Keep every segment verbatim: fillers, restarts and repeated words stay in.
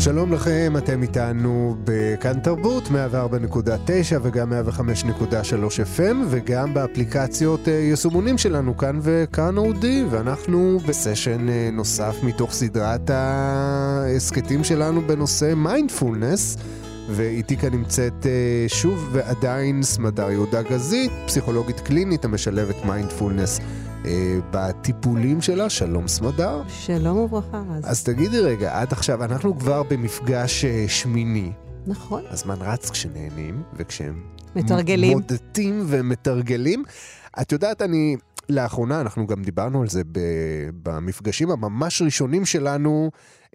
שלום לכם, אתם איתנו בכאן תרבות מאה וארבע נקודה תשע וגם מאה וחמש נקודה שלוש אף אם וגם באפליקציות יישומונים שלנו כאן וכאן אודי, ואנחנו בסשן נוסף מתוך סדרת העסקטים שלנו בנושא מיינדפולנס, ואיתי כאן נמצאת שוב ועדיין סמדר יהודה גזית, פסיכולוגית קלינית המשלבת מיינדפולנס בטיפולים שלה. שלום סמדר. שלום וברכה. אז, אז תגידי רגע, עד עכשיו אנחנו כבר במפגש שמיני. נכון. הזמן רץ כשנהנים וכשהם מתרגלים. מודדים ומתרגלים. את יודעת, אני, לאחרונה אנחנו גם דיברנו על זה במפגשים הממש ראשונים שלנו,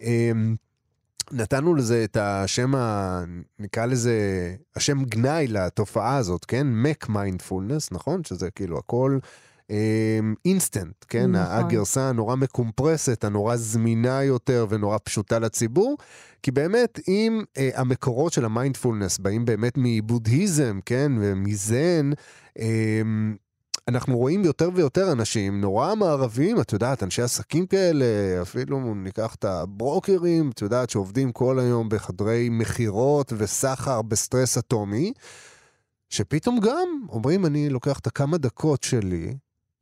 נתנו לזה את השם, נקרא לזה, השם גנאי לתופעה הזאת, כן? מק מיינדפולנס, נכון? שזה כאילו הכל אינסטנט, כן? נכון. הגרסה הנורא מקומפרסת, הנורא זמינה יותר ונורא פשוטה לציבור, כי באמת אם אה, המקורות של המיינדפולנס באים באמת מבודהיזם, כן? ומזן, אה, אנחנו רואים יותר ויותר אנשים נורא מערבים, את יודעת, אנשי עסקים כאלה, אפילו ניקח את הברוקרים, את יודעת, שעובדים כל היום בחדרי מחירות וסחר בסטרס אטומי, שפתאום גם אומרים, אני לוקח את הכמה דקות שלי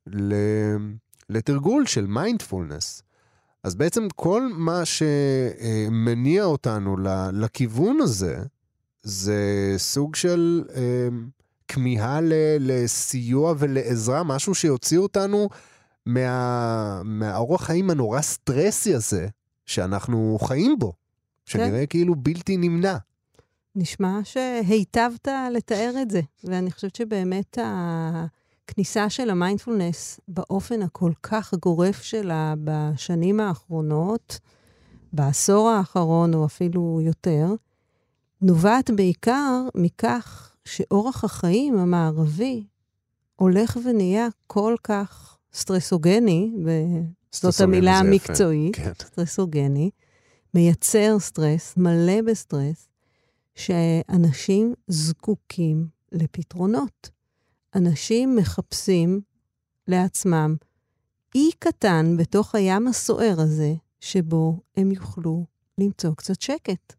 לתרגול של מיינדפולנס. אז בעצם כל מה שמניע אותנו לכיוון הזה, זה סוג של כמיהה לסיוע ולעזרה, משהו שיוציא אותנו מה, מהאורח חיים הנורא סטרסי הזה, שאנחנו חיים בו, שנראה כאילו בלתי נמנע. נשמע שהיטבת לתאר את זה, ואני חושבת שבאמת הכניסה של המיינדפולנס באופן הכל כך גורף שלה בשנים האחרונות, בעשור האחרון או אפילו יותר, נובעת בעיקר מכך שאורח החיים המערבי הולך ונהיה כל כך סטרסוגני, וזאת המילה המקצועית, כן. סטרסוגני, מייצר סטרס, מלא בסטרס, שאנשים זקוקים לפתרונות. אנשים מחפשים לעצמם אי קטן בתוך הים הסוער הזה, שבו הם יוכלו למצוא קצת שקט.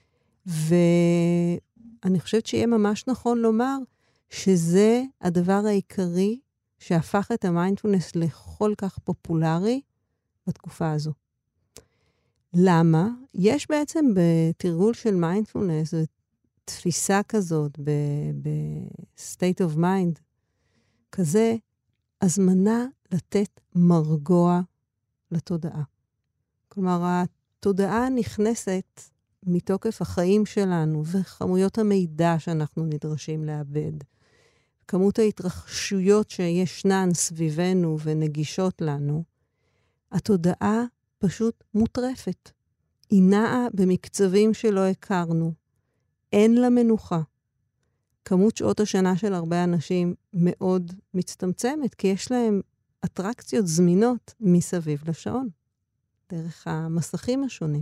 ואני חושבת שיהיה ממש נכון לומר שזה הדבר העיקרי שהפך את המיינדפולנס לכל כך פופולרי בתקופה הזו. למה? יש בעצם בתרגול של מיינדפולנס, תפיסה כזאת, ב-state of mind, כזה, הזמנה לתת מרגוע לתודעה. כלומר, התודעה נכנסת מתוקף החיים שלנו, וכמויות המידע שאנחנו נדרשים לאבד. כמות ההתרחשויות שישנן סביבנו ונגישות לנו, התודעה פשוט מוטרפת. היא נעה במקצבים שלא הכרנו. אין לה מנוחה. כמות שעות השנה של הרבה אנשים מאוד מצטמצמת, כי יש להם אטרקציות זמינות מסביב לשעון, דרך המסכים השונים.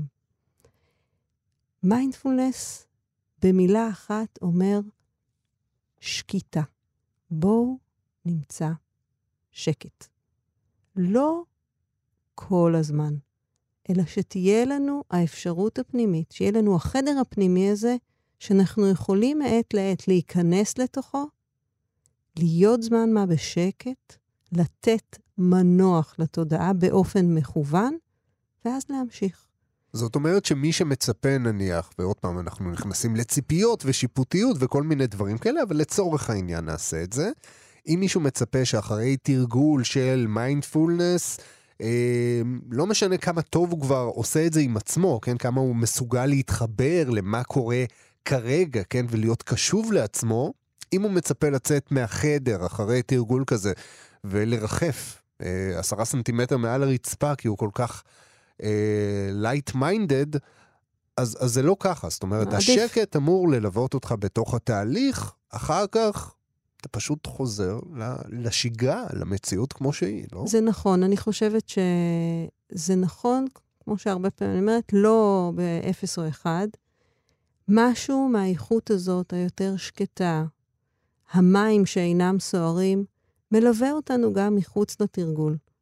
מיינדפולנס במילה אחת אומר שקיטה. בואו נמצא שקט. לא כל הזמן, אלא שתהיה לנו האפשרות הפנימית, שיהיה לנו החדר הפנימי הזה, שאנחנו יכולים מעת לעת להיכנס לתוכו, להיות זמן מה בשקט, לתת מנוח לתודעה באופן מכוון, ואז להמשיך. זאת אומרת שמי שמצפה נניח, ועוד פעם אנחנו נכנסים לציפיות ושיפוטיות וכל מיני דברים כאלה, אבל לצורך העניין נעשה את זה. אם מישהו מצפה שאחרי תרגול של מיינדפולנס, אה, לא משנה כמה טוב הוא כבר עושה את זה עם עצמו, כן? כמה הוא מסוגל להתחבר למה קורה כרגע, כן? ולהיות קשוב לעצמו, אם הוא מצפה לצאת מהחדר אחרי תרגול כזה, ולרחף אה, עשרה סנטימטר מעל הרצפה, כי הוא כל כך light minded, אז, אז זה לא ככה. זאת אומרת, עדיף. השקט אמור ללוות אותך בתוך התהליך, אחר כך אתה פשוט חוזר לשגרה, למציאות כמו שהיא, לא? זה נכון, אני חושבת שזה נכון, כמו שהרבה פעמים אני אומרת, לא באפס או אחד, משהו מהאיכות הזאת, היותר שקטה, המים שאינם סוערים, מלווה אותנו גם מחוץ לתרגול.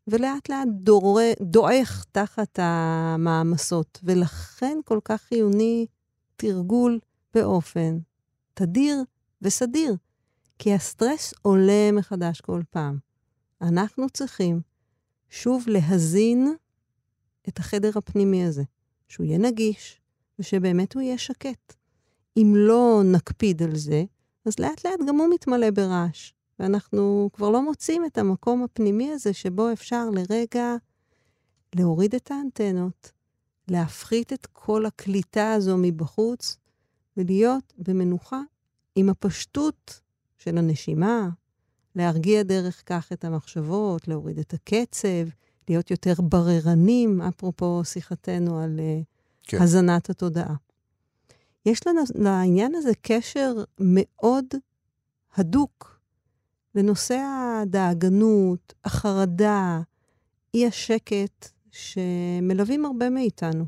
ולאט לאט דור... דועך תחת המעמסות, ולכן כל כך חיוני תרגול באופן תדיר וסדיר, כי הסטרס עולה מחדש כל פעם. אנחנו צריכים שוב להזין את החדר הפנימי הזה, שהוא יהיה נגיש, ושבאמת הוא יהיה שקט. אם לא נקפיד על זה, אז לאט לאט גם הוא מתמלא ברעש, ואנחנו כבר לא מוצאים את המקום הפנימי הזה, שבו אפשר לרגע להוריד את האנטנות, להפחית את כל הקליטה הזו מבחוץ, ולהיות במנוחה עם הפשטות של הנשימה, להרגיע דרך כך את המחשבות, להוריד את הקצב, להיות יותר בררנים, אפרופו שיחתנו על כן. הזנת התודעה. יש לנו, לעניין הזה קשר מאוד הדוק לנושא הדאגנות, החרדה, אי השקט שמלווים הרבה מאיתנו.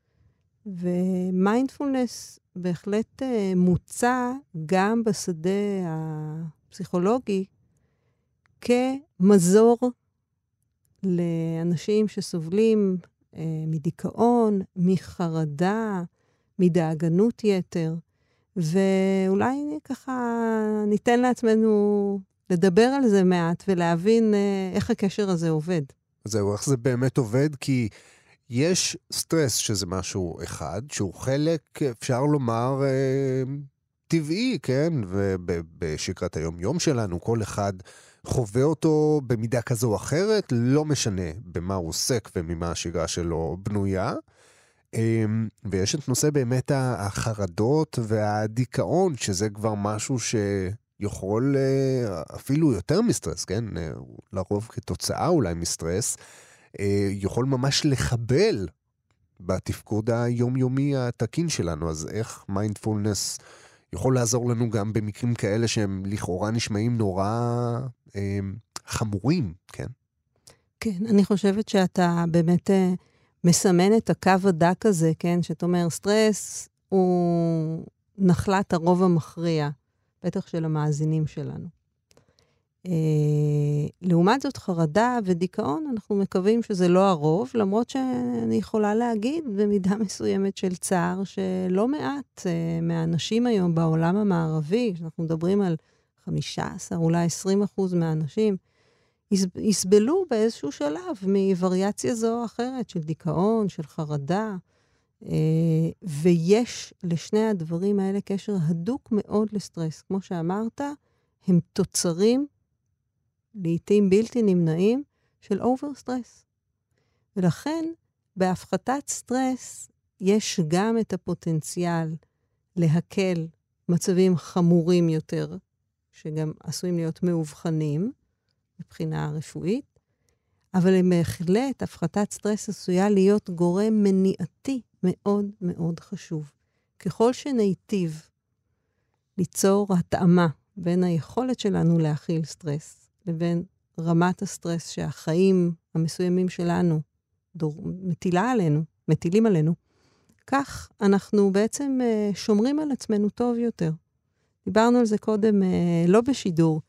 ומיינדפולנס בהחלט מוצע גם בשדה הפסיכולוגי כמזור לאנשים שסובלים אה, מדיכאון, מחרדה, מדאגנות יתר, ואולי ככה ניתן לעצמנו לדבר על זה מעט ולהבין אה, איך הקשר הזה עובד. זהו, איך זה באמת עובד? כי יש סטרס שזה משהו אחד, שהוא חלק, אפשר לומר, אה, טבעי, כן? ובשקרת היום-יום שלנו, כל אחד חווה אותו במידה כזו או אחרת, לא משנה במה הוא עוסק וממה השגרה שלו בנויה. ויש את נושא באמת החרדות והדיכאון, שזה כבר משהו שיכול אפילו יותר מסטרס, כן? לרוב כתוצאה אולי מסטרס, יכול ממש לחבל בתפקוד היומיומי התקין שלנו. אז איך מיינדפולנס יכול לעזור לנו גם במקרים כאלה שהם לכאורה נשמעים נורא אה, חמורים, כן? כן, אני חושבת שאתה באמת אה, מסמן את הקו הדק הזה, כן? שאת אומר, סטרס הוא נחלת הרוב המכריע, בטח של המאזינים שלנו. אה, לעומת זאת, חרדה ודיכאון, אנחנו מקווים שזה לא הרוב, למרות שאני יכולה להגיד במידה מסוימת של צער, שלא מעט אה, מהאנשים היום בעולם המערבי, שאנחנו מדברים על חמישה עשר, אולי עשרים אחוז מהאנשים, יסבלו באיזשהו שלב מווריאציה זו או אחרת, של דיכאון, של חרדה, אה, ויש לשני הדברים האלה קשר הדוק מאוד לסטרס. כמו שאמרת, הם תוצרים לעתים בלתי נמנעים של אובר סטרס. ולכן, בהפחתת סטרס, יש גם את הפוטנציאל להקל מצבים חמורים יותר, שגם עשויים להיות מאובחנים מבחינה רפואית, אבל הם בהחלט, הפחתת סטרס עשויה להיות גורם מניעתי מאוד מאוד חשוב. ככל שניטיב ליצור התאמה בין היכולת שלנו להכיל סטרס, לבין רמת הסטרס שהחיים המסוימים שלנו דור, מטילה עלינו, מטילים עלינו, כך אנחנו בעצם uh, שומרים על עצמנו טוב יותר. דיברנו על זה קודם, uh, לא בשידור,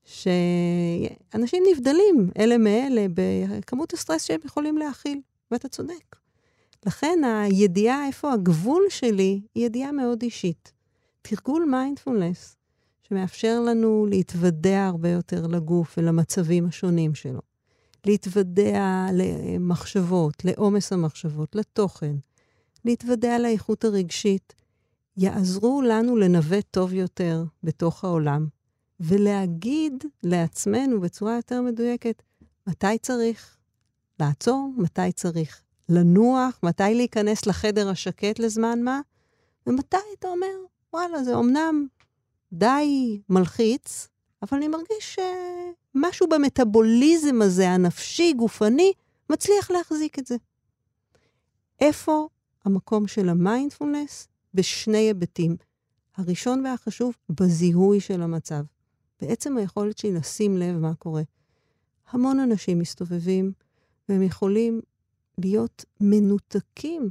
שאנשים נבדלים אלה מאלה בכמות הסטרס שהם יכולים להכיל, ואתה צודק. לכן הידיעה איפה הגבול שלי היא ידיעה מאוד אישית. תרגול מיינדפולנס, שמאפשר לנו להתוודע הרבה יותר לגוף ולמצבים השונים שלו. להתוודע למחשבות, לעומס המחשבות, לתוכן. להתוודע לאיכות הרגשית. יעזרו לנו לנווט טוב יותר בתוך העולם. ולהגיד לעצמנו בצורה יותר מדויקת, מתי צריך לעצור, מתי צריך לנוח, מתי להיכנס לחדר השקט לזמן מה, ומתי אתה אומר, וואלה, זה אומנם די מלחיץ, אבל אני מרגיש שמשהו במטאבוליזם הזה, הנפשי, גופני, מצליח להחזיק את זה. איפה המקום של המיינדפולנס? בשני היבטים. הראשון והחשוב, בזיהוי של המצב. בעצם היכולת שלי לשים לב מה קורה. המון אנשים מסתובבים, והם יכולים להיות מנותקים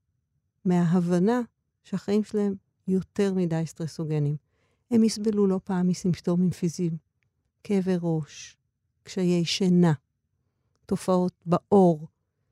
מההבנה שהחיים שלהם יותר מדי סטרסוגנים. הם יסבלו לא פעם מסימפטומים פיזיים, כאבי ראש, קשיי שינה, תופעות באור.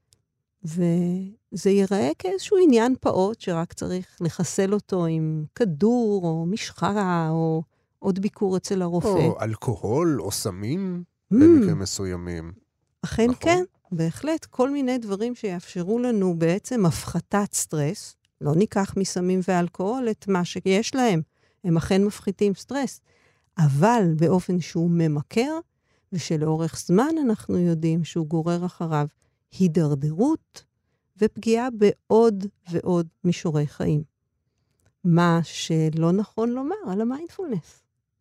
וזה ייראה כאיזשהו עניין פעוט שרק צריך לחסל אותו עם כדור או משחה או עוד ביקור אצל הרופא. או אלכוהול או סמים Mm. במקרים מסוימים. אכן נכון? כן, בהחלט. כל מיני דברים שיאפשרו לנו בעצם הפחתת סטרס. לא ניקח מסמים ואלכוהול את מה שיש להם. הם אכן מפחיתים סטרס. אבל באופן שהוא ממכר, ושלאורך זמן אנחנו יודעים שהוא גורר אחריו הידרדרות ופגיעה בעוד ועוד מישורי חיים. מה שלא נכון לומר על המיינדפולנס.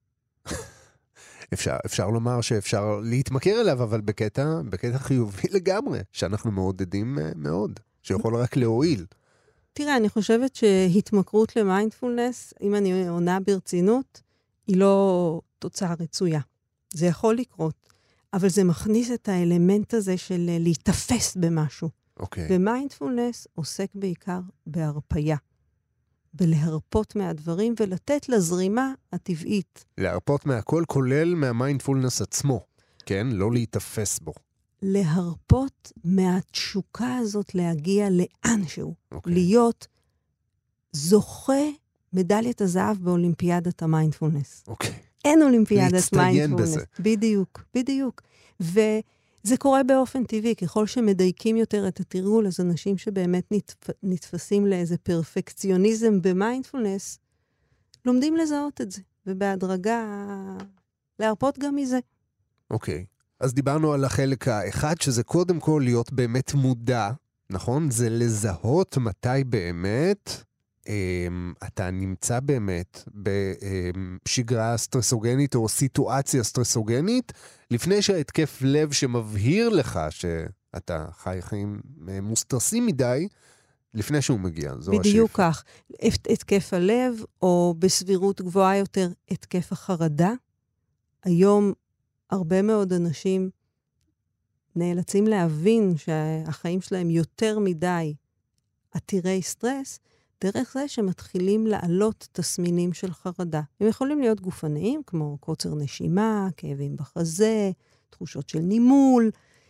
אפשר, אפשר לומר שאפשר להתמכר אליו, אבל בקטע, בקטע חיובי לגמרי, שאנחנו מעודדים מאוד, שיכול רק להועיל. תראה, אני חושבת שהתמכרות למיינדפולנס, אם אני עונה ברצינות, היא לא תוצאה רצויה. זה יכול לקרות, אבל זה מכניס את האלמנט הזה של להתאפס במשהו. אוקיי. ומיינדפולנס עוסק בעיקר בהרפיה. בלהרפות מהדברים ולתת לזרימה הטבעית. להרפות מהכל, כולל מהמיינדפולנס עצמו. כן? לא להתאפס בו. להרפות מהתשוקה הזאת להגיע לאנשהו. אוקיי. להיות זוכה מדליית הזהב באולימפיאדת המיינדפולנס. אוקיי. אין אולימפיאדת להצטיין מיינדפולנס. בזה. בדיוק, בדיוק. וזה קורה באופן טבעי, ככל שמדייקים יותר את התרגול, אז אנשים שבאמת נתפ... נתפסים לאיזה פרפקציוניזם במיינדפולנס, לומדים לזהות את זה, ובהדרגה להרפות גם מזה. אוקיי. אז דיברנו על החלק האחד, שזה קודם כל להיות באמת מודע, נכון? זה לזהות מתי באמת אתה נמצא באמת בשגרה סטרסוגנית או סיטואציה סטרסוגנית, לפני שההתקף לב שמבהיר לך שאתה חי חיים מוסטרסים מדי, לפני שהוא מגיע. זו השאיפה. בדיוק כך. התקף הלב, או בסבירות גבוהה יותר, התקף החרדה. היום הרבה מאוד אנשים נאלצים להבין שהחיים שלהם יותר מדי עתירי סטרס, דרך זה שמתחילים לעלות תסמינים של חרדה. הם יכולים להיות גופניים, כמו קוצר נשימה, כאבים בחזה, תחושות של נימול,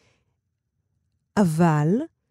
אבל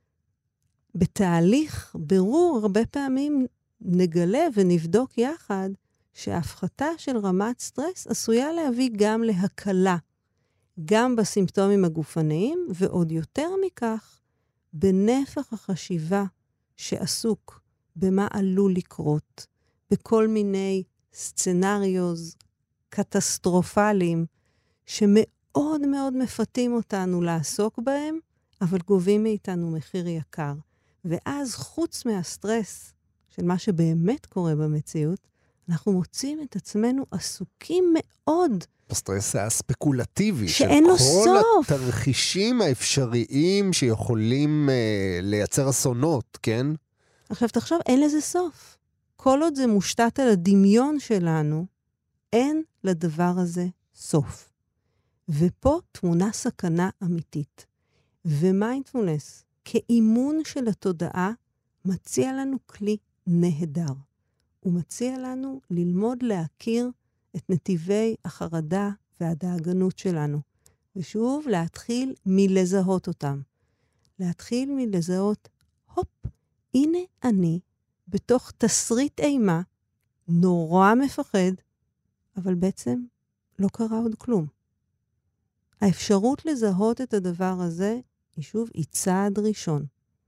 בתהליך ברור הרבה פעמים נגלה ונבדוק יחד שההפחתה של רמת סטרס עשויה להביא גם להקלה, גם בסימפטומים הגופניים, ועוד יותר מכך, בנפח החשיבה שעסוק במה עלול לקרות, בכל מיני סצנריוז קטסטרופליים, שמאוד מאוד מפתים אותנו לעסוק בהם, אבל גובים מאיתנו מחיר יקר. ואז חוץ מהסטרס של מה שבאמת קורה במציאות, אנחנו מוצאים את עצמנו עסוקים מאוד. הסטרס הספקולטיבי, שאין לו סוף. כל התרחישים האפשריים שיכולים uh, לייצר אסונות, כן? עכשיו תחשוב, אין לזה סוף. כל עוד זה מושתת על הדמיון שלנו, אין לדבר הזה סוף. ופה תמונה סכנה אמיתית. ומיינדפולנס, כאימון של התודעה, מציע לנו כלי נהדר. הוא מציע לנו ללמוד להכיר את נתיבי החרדה והדאגנות שלנו. ושוב, להתחיל מלזהות אותם. להתחיל מלזהות, הופ, הנה אני, בתוך תסריט אימה, נורא מפחד, אבל בעצם לא קרה עוד כלום. האפשרות לזהות את הדבר הזה, היא שוב, היא צעד ראשון.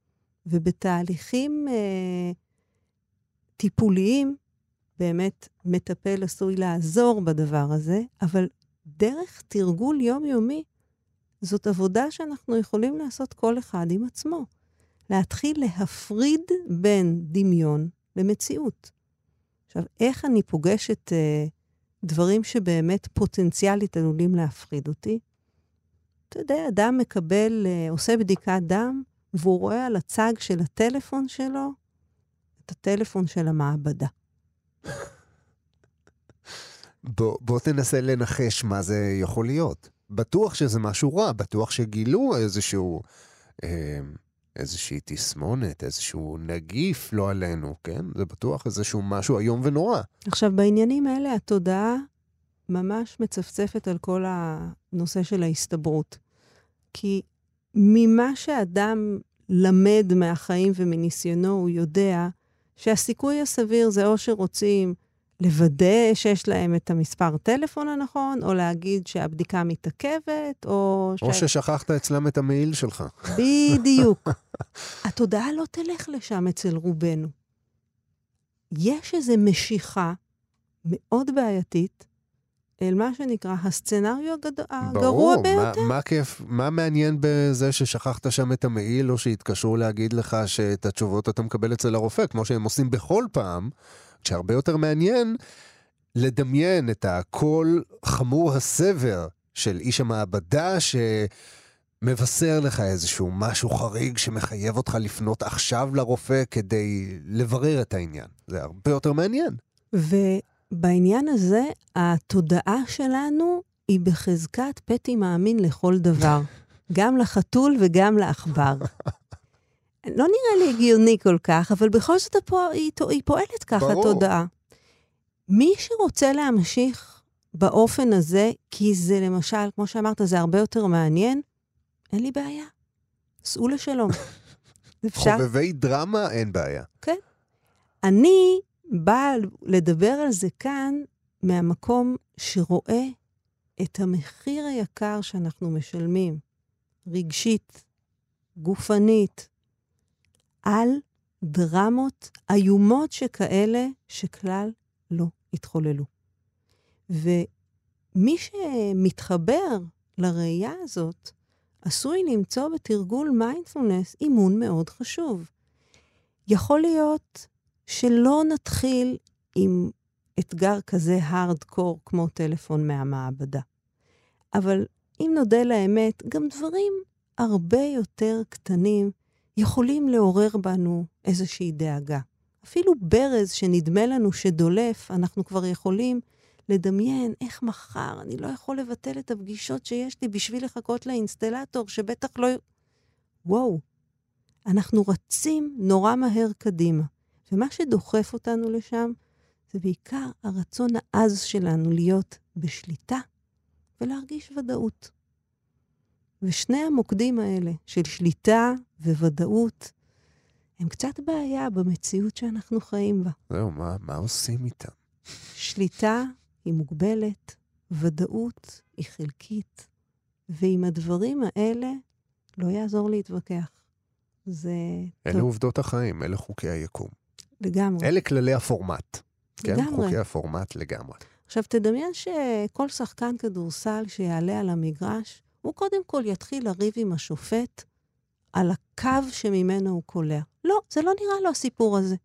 ובתהליכים אה, טיפוליים, באמת מטפל עשוי לעזור בדבר הזה, אבל דרך תרגול יומיומי, זאת עבודה שאנחנו יכולים לעשות כל אחד עם עצמו. להתחיל להפריד בין דמיון למציאות. עכשיו, איך אני פוגשת אה, דברים שבאמת פוטנציאלית עלולים להפריד אותי? אתה יודע, אדם מקבל, אה, עושה בדיקת דם, והוא רואה על הצג של הטלפון שלו, את הטלפון של המעבדה. בוא, בוא תנסה לנחש מה זה יכול להיות. בטוח שזה משהו רע, בטוח שגילו איזשהו... אה, איזושהי תסמונת, איזשהו נגיף לא עלינו, כן? זה בטוח איזשהו משהו היום ונורא. עכשיו, בעניינים האלה, התודעה ממש מצפצפת על כל הנושא של ההסתברות. כי ממה שאדם למד מהחיים ומניסיונו, הוא יודע שהסיכוי הסביר זה או שרוצים לוודא שיש להם את המספר טלפון הנכון, או להגיד שהבדיקה מתעכבת, או... או ש... ששכחת אצלם את המעיל שלך. בדיוק. התודעה לא תלך לשם אצל רובנו. יש איזו משיכה מאוד בעייתית, אל מה שנקרא הסצנריו הגד... הגרוע ביותר. ברור, מה, מה כיף, מה מעניין בזה ששכחת שם את המעיל, או שהתקשרו להגיד לך שאת התשובות אתה מקבל אצל הרופא, כמו שהם עושים בכל פעם, שהרבה יותר מעניין לדמיין את הקול חמור הסבר של איש המעבדה שמבשר לך איזשהו משהו חריג שמחייב אותך לפנות עכשיו לרופא כדי לברר את העניין. זה הרבה יותר מעניין. ובעניין הזה, התודעה שלנו היא בחזקת פתי מאמין לכל דבר. גם לחתול וגם לעכבר. לא נראה לי הגיוני כל כך, אבל בכל זאת פה, היא, היא פועלת ככה, תודעה. מי שרוצה להמשיך באופן הזה, כי זה למשל, כמו שאמרת, זה הרבה יותר מעניין, אין לי בעיה. סעו לשלום. חובבי דרמה, אין בעיה. כן. אני באה לדבר על זה כאן, מהמקום שרואה את המחיר היקר שאנחנו משלמים, רגשית, גופנית, על דרמות איומות שכאלה שכלל לא התחוללו. ומי שמתחבר לראייה הזאת, עשוי למצוא בתרגול מיינדפולנס אימון מאוד חשוב. יכול להיות שלא נתחיל עם אתגר כזה הארדקור כמו טלפון מהמעבדה. אבל אם נודה לאמת, גם דברים הרבה יותר קטנים יכולים לעורר בנו איזושהי דאגה. אפילו ברז שנדמה לנו שדולף, אנחנו כבר יכולים לדמיין איך מחר אני לא יכול לבטל את הפגישות שיש לי בשביל לחכות לאינסטלטור, שבטח לא... וואו, אנחנו רצים נורא מהר קדימה. ומה שדוחף אותנו לשם, זה בעיקר הרצון העז שלנו להיות בשליטה ולהרגיש ודאות. ושני המוקדים האלה של שליטה וודאות, הם קצת בעיה במציאות שאנחנו חיים בה. זהו, מה, מה עושים איתם? שליטה היא מוגבלת, ודאות היא חלקית, ועם הדברים האלה לא יעזור להתווכח. זה... אלה טוב. עובדות החיים, אלה חוקי היקום. לגמרי. אלה כללי הפורמט. לגמרי. כן, חוקי הפורמט לגמרי. עכשיו, תדמיין שכל שחקן כדורסל שיעלה על המגרש, הוא קודם כל יתחיל לריב עם השופט על הקו שממנו הוא קולע. לא, זה לא נראה לו הסיפור הזה.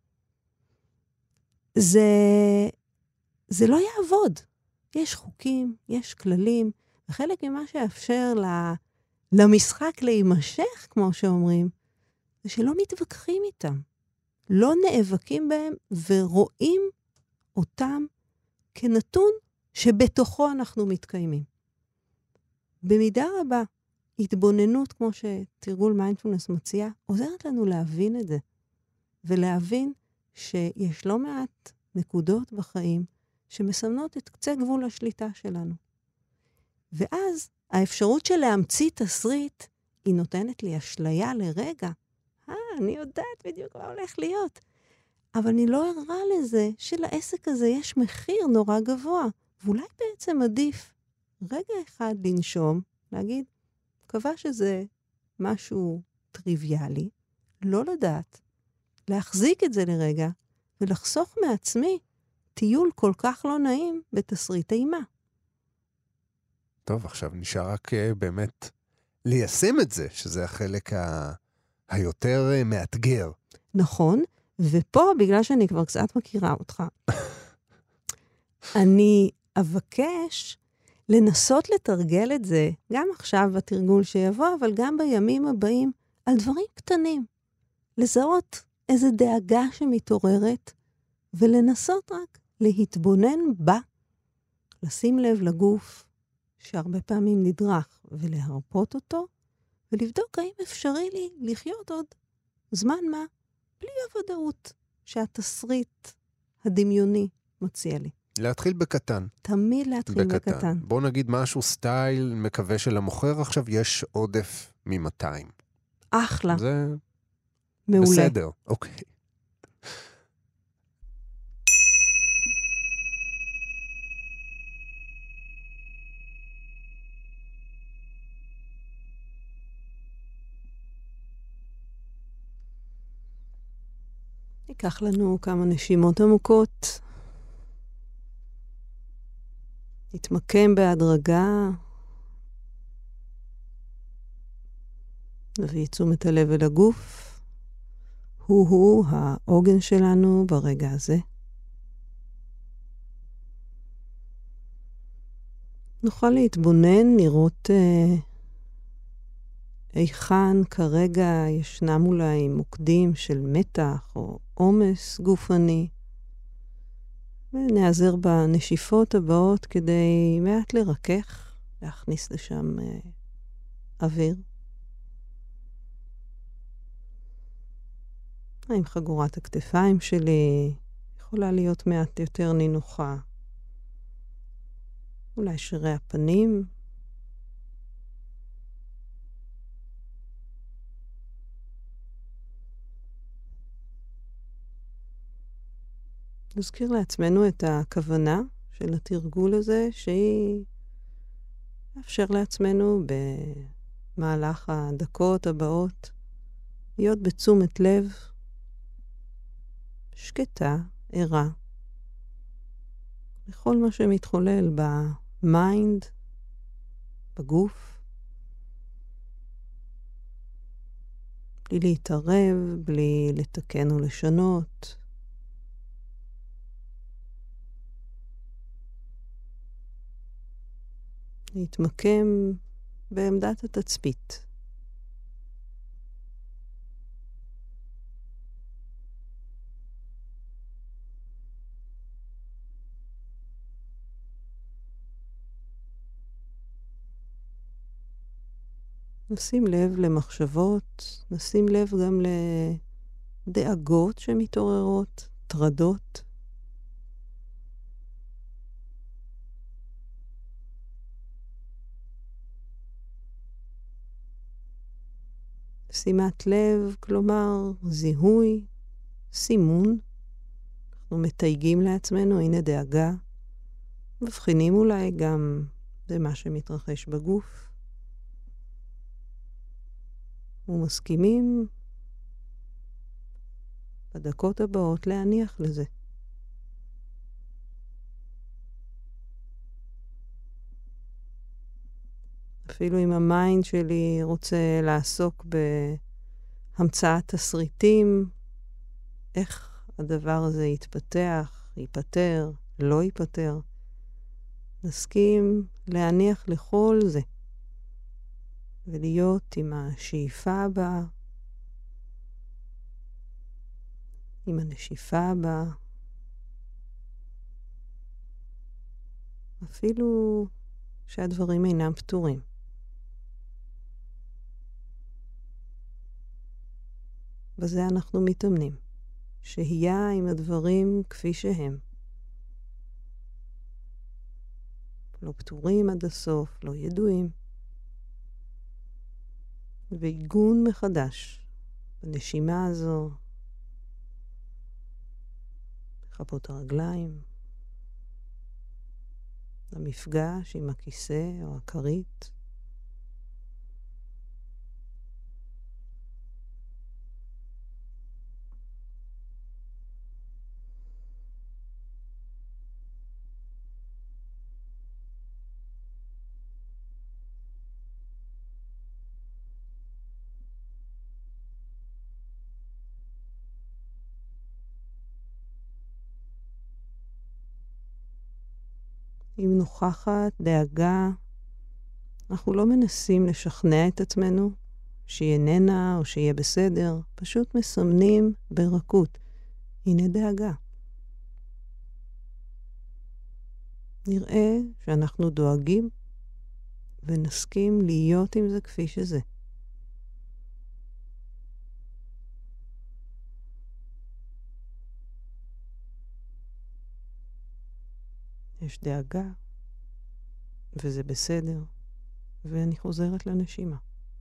זה, זה לא יעבוד. יש חוקים, יש כללים, וחלק ממה שאפשר למשחק להימשך, כמו שאומרים, זה שלא מתווכחים איתם. לא נאבקים בהם ורואים אותם כנתון שבתוכו אנחנו מתקיימים. במידה רבה, התבוננות, כמו שתרגול מיינדפולנס מציע, עוזרת לנו להבין את זה, ולהבין שיש לא מעט נקודות בחיים שמסמנות את קצה גבול השליטה שלנו. ואז האפשרות של להמציא תסריט, היא נותנת לי אשליה לרגע. אה, אני יודעת בדיוק מה הולך להיות. אבל אני לא ערה לזה שלעסק הזה יש מחיר נורא גבוה, ואולי בעצם עדיף רגע אחד לנשום, להגיד, מקווה שזה משהו טריוויאלי, לא לדעת, להחזיק את זה לרגע, ולחסוך מעצמי טיול כל כך לא נעים בתסריט אימה. טוב, עכשיו נשאר רק באמת ליישם את זה, שזה החלק ה... היותר מאתגר. נכון, ופה, בגלל שאני כבר קצת מכירה אותך, אני אבקש לנסות לתרגל את זה, גם עכשיו בתרגול שיבוא, אבל גם בימים הבאים, על דברים קטנים. לזהות איזו דאגה שמתעוררת, ולנסות רק להתבונן בה, לשים לב לגוף, שהרבה פעמים נדרך, ולהרפות אותו, ולבדוק האם אפשרי לי לחיות עוד זמן מה, בלי הוודאות שהתסריט הדמיוני מציע לי. להתחיל בקטן. תמיד להתחיל בקטן. בקטן. בוא נגיד משהו סטייל, מקווה שלמוכר עכשיו יש עודף מ-מאתיים. אחלה. זה מעולה. בסדר, אוקיי. ניקח לנו כמה נשימות עמוקות. נתמקם בהדרגה. נביא תשומת הלב אל הגוף. הוא-הוא העוגן שלנו ברגע הזה. נוכל להתבונן, לראות אה, איכן כרגע ישנם אולי מוקדים של מתח או עומס גופני. ונעזר בנשיפות הבאות כדי מעט לרכך, להכניס לשם אה, אוויר. האם חגורת הכתפיים שלי יכולה להיות מעט יותר נינוחה? אולי שרירי הפנים? נזכיר לעצמנו את הכוונה של התרגול הזה, שהיא מאפשר לעצמנו במהלך הדקות הבאות להיות בתשומת לב שקטה, ערה, לכל מה שמתחולל במיינד, בגוף, בלי להתערב, בלי לתקן או לשנות. להתמקם בעמדת התצפית. נשים לב למחשבות, נשים לב גם לדאגות שמתעוררות, טרדות. שימת לב, כלומר זיהוי, סימון. אנחנו מתייגים לעצמנו, הנה דאגה. מבחינים אולי גם במה שמתרחש בגוף. ומסכימים בדקות הבאות להניח לזה. אפילו אם המיינד שלי רוצה לעסוק בהמצאת תסריטים, איך הדבר הזה יתפתח, ייפטר, לא ייפטר, נסכים להניח לכל זה. ולהיות עם השאיפה הבאה, עם הנשיפה הבאה, אפילו שהדברים אינם פתורים. בזה אנחנו מתאמנים, שהייה עם הדברים כפי שהם. לא פתורים עד הסוף, לא ידועים. ועיגון מחדש בנשימה הזו, בכפות הרגליים, המפגש עם הכיסא או הכרית. אם נוכחת דאגה, אנחנו לא מנסים לשכנע את עצמנו שהיא איננה או שיהיה בסדר, פשוט מסמנים ברכות. הנה דאגה. נראה שאנחנו דואגים ונסכים להיות עם זה כפי שזה. יש דאגה, וזה בסדר, ואני חוזרת לנשימה.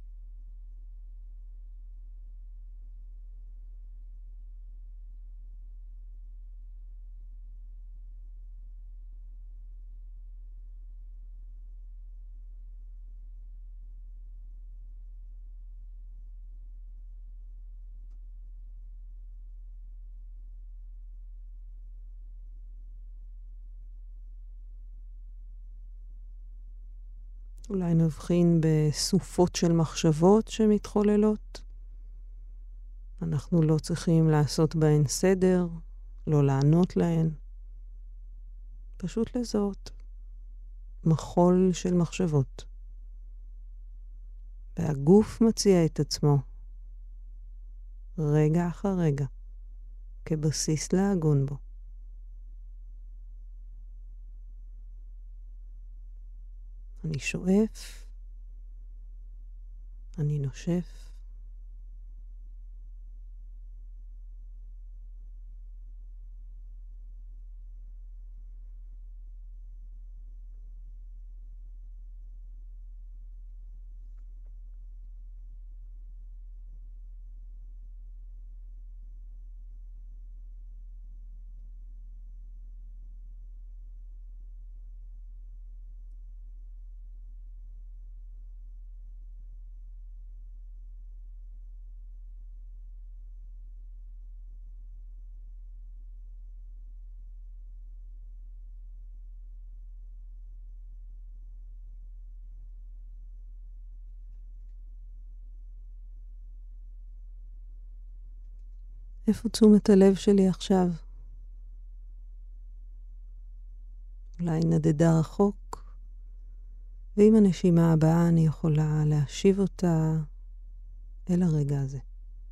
אולי נבחין בסופות של מחשבות שמתחוללות. אנחנו לא צריכים לעשות בהן סדר, לא לענות להן. פשוט לזהות מחול של מחשבות. והגוף מציע את עצמו, רגע אחר רגע, כבסיס להגון בו. אני שואף, אני נושף, איפה תשומת הלב שלי עכשיו? אולי נדדה רחוק, ועם הנשימה הבאה אני יכולה להשיב אותה אל הרגע הזה.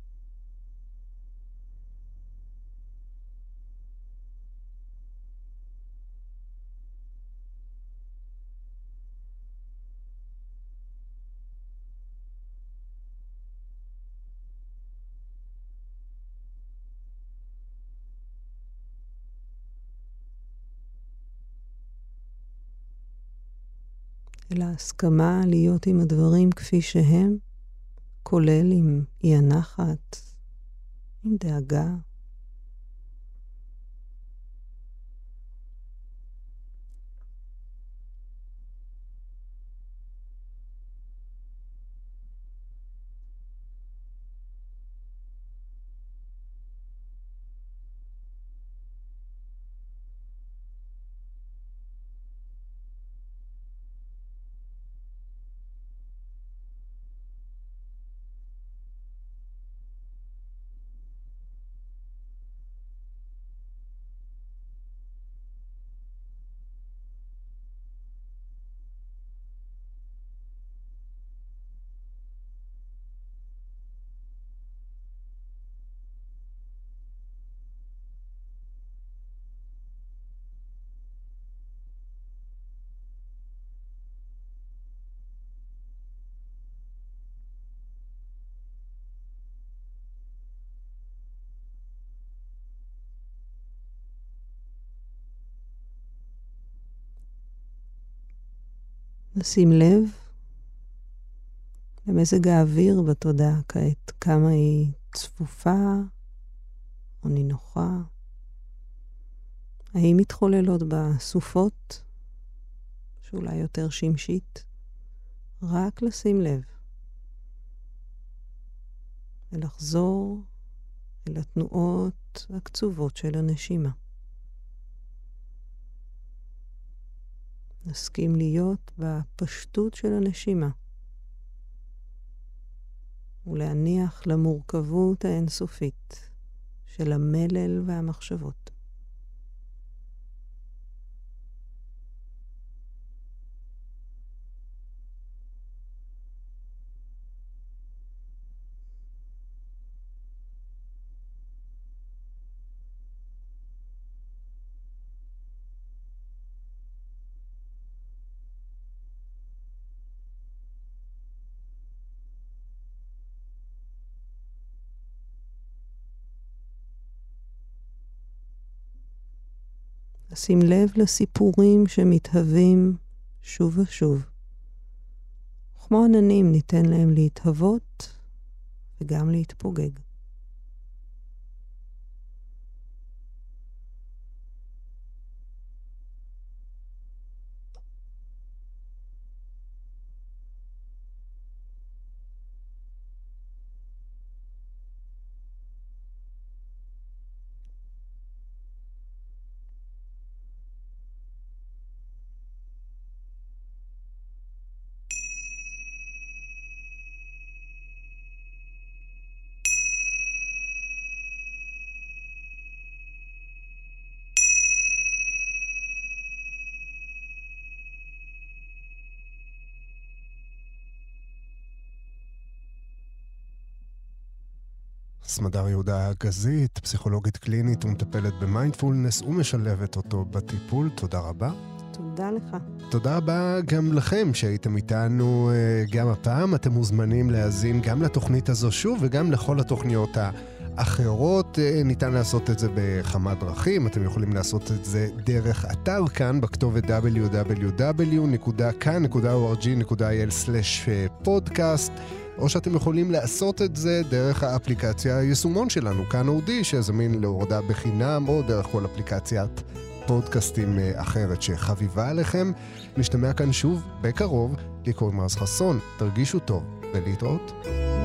אלא הסכמה להיות עם הדברים כפי שהם, כולל עם אי הנחת, עם דאגה. נשים לב למזג האוויר בתודעה כעת, כמה היא צפופה או נינוחה. האם מתחוללות בסופות, שאולי יותר שמשית? רק לשים לב ולחזור אל התנועות הקצובות של הנשימה. נסכים להיות בפשטות של הנשימה ולהניח למורכבות האינסופית של המלל והמחשבות. לשים לב לסיפורים שמתהווים שוב ושוב. כמו עננים ניתן להם להתהוות וגם להתפוגג. סמדר יהודה גזית, פסיכולוגית קלינית ומטפלת במיינדפולנס ומשלבת אותו בטיפול. תודה רבה. תודה לך. תודה רבה גם לכם שהייתם איתנו גם הפעם. אתם מוזמנים להאזין גם לתוכנית הזו שוב וגם לכל התוכניות האחרות. ניתן לעשות את זה בכמה דרכים. אתם יכולים לעשות את זה דרך אתר כאן בכתובת דאבליו דאבליו דאבליו נקודה כאן נקודה או אר ג'י נקודה איי אל סלש פודקאסט, או שאתם יכולים לעשות את זה דרך האפליקציה היישומון שלנו, כאן אודי, שזמין להורדה בחינם, או דרך כל אפליקציית פודקאסטים אחרת שחביבה עליכם. נשתמע כאן שוב בקרוב, לי קוראים רז חסון, תרגישו טוב ולהתראות.